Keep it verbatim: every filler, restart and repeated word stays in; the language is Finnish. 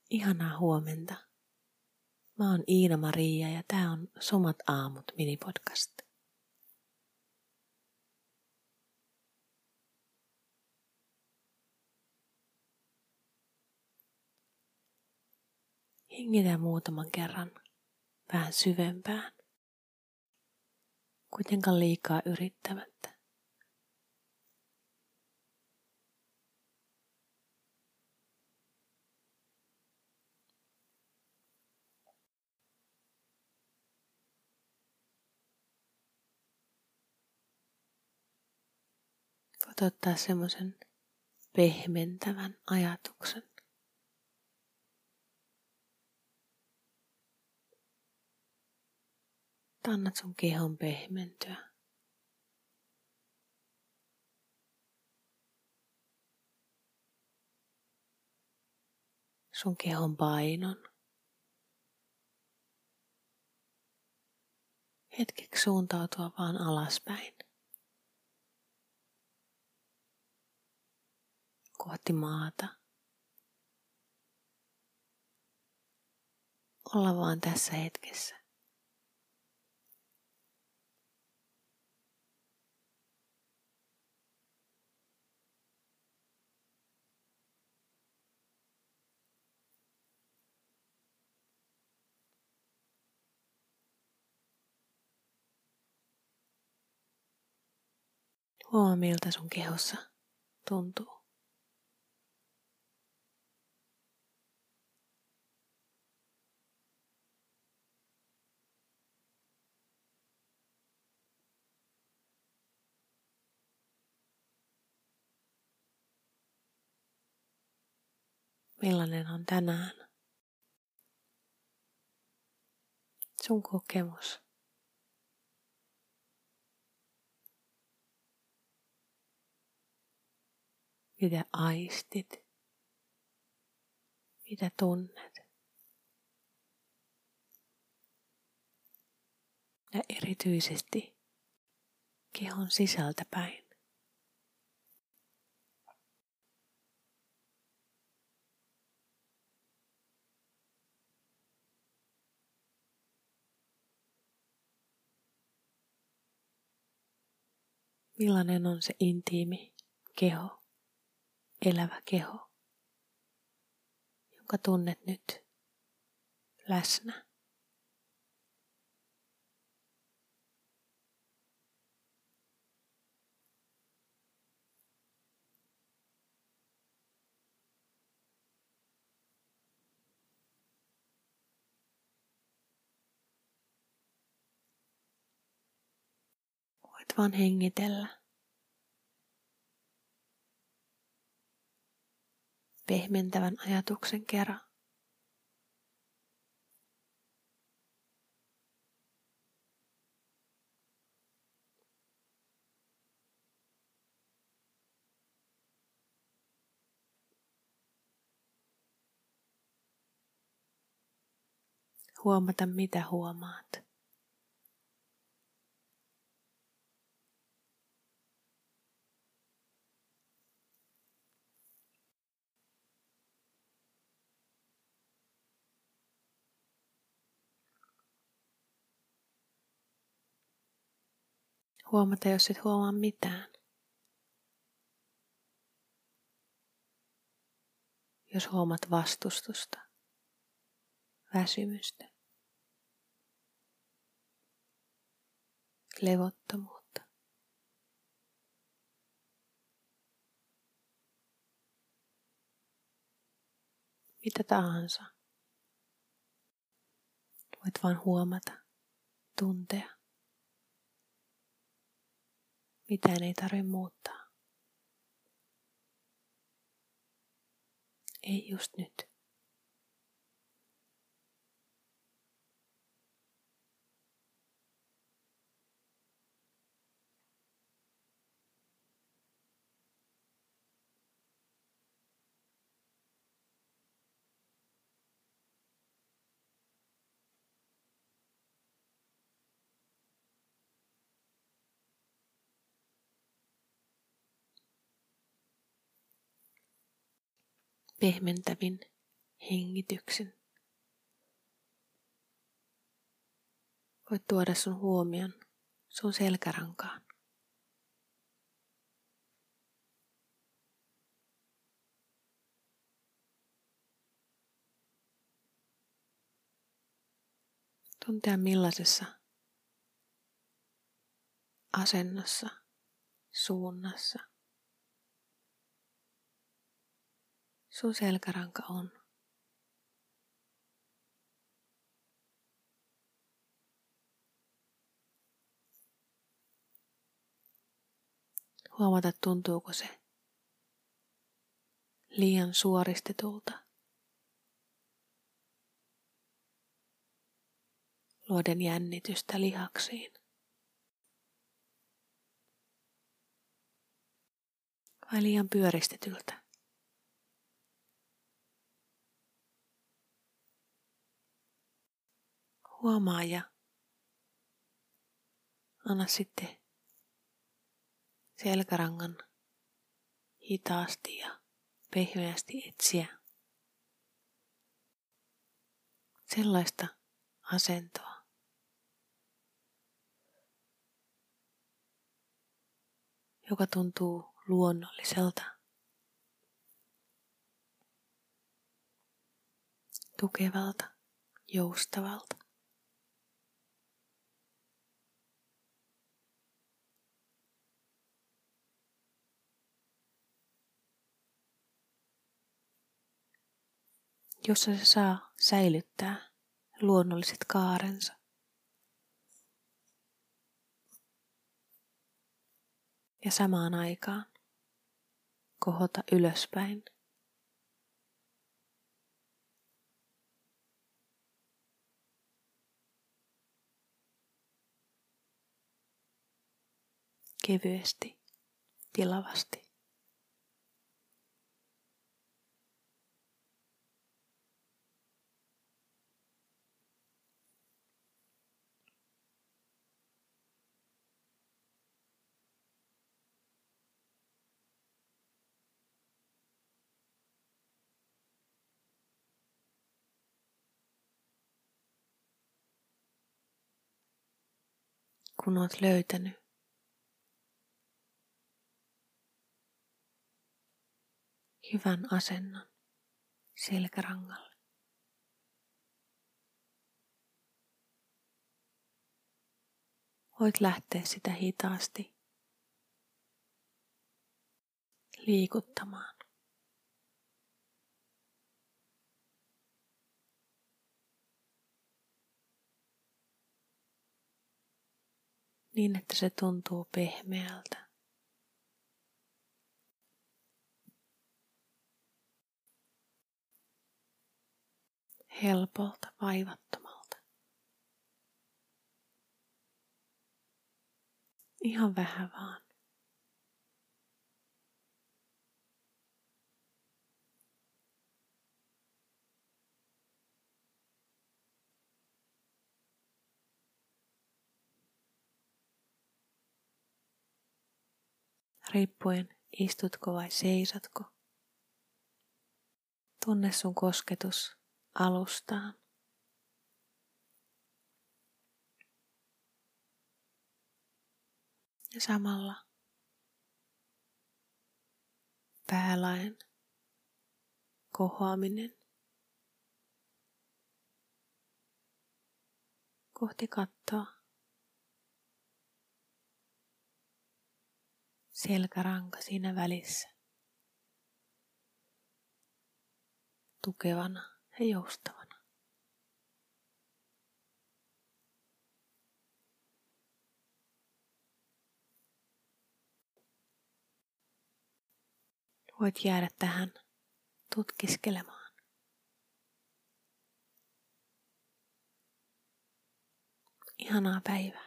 Ihanaa huomenta. Mä oon Iina-Maria ja tää on Somat aamut minipodcast. Hengitä muutaman kerran vähän syvempään, kuitenkaan liikaa yrittämättä. Voit ottaa semmoisen pehmentävän ajatuksen. Annat sun kehon pehmentyä. Sun kehon painon. Hetkeksi suuntautua vaan alaspäin. Kohti maata. Olla vaan tässä hetkessä. Huomaa miltä sun kehossa tuntuu. Millainen on tänään sun kokemus? Mitä aistit? Mitä tunnet? Ja erityisesti kehon sisältä päin. Millainen on se intiimi keho, elävä keho, jonka tunnet nyt läsnä? Voit vaan hengitellä. Pehmentävän ajatuksen kerran. Huomata mitä huomaat. Huomata, jos et huomaa mitään. Jos huomaat vastustusta, väsymystä, levottomuutta. Mitä tahansa. Voit vaan huomata, tuntea. Mitään ei tarvitse muuttaa. Ei just nyt. Pehmentävin hengityksen. Voit tuoda sun huomion sun selkärankaan. Tuntea millaisessa asennossa, suunnassa sun selkäranka on. Huomata, tuntuuko se liian suoristetulta. Luoden jännitystä lihaksiin. Vai liian pyöristetyltä. Huomaa ja anna sitten selkärangan hitaasti ja pehmeästi etsiä sellaista asentoa, joka tuntuu luonnolliselta, tukevalta, joustavalta. Jossa se saa säilyttää luonnolliset kaarensa. Ja samaan aikaan kohota ylöspäin. Kevyesti, tilavasti. Kun olet löytänyt hyvän asennon selkärangalle, voit lähteä sitä hitaasti liikuttamaan. Niin, että se tuntuu pehmeältä. Helpolta, vaivattomalta. Ihan vähän vaan. Riippuen istutko vai seisotko. Tunne sun kosketus alustaan. Ja samalla päälaen kohoaminen kohti kattoa. Selkäranka siinä välissä. Tukevana ja joustavana. Voit jäädä tähän tutkiskelemaan. Ihanaa päivää.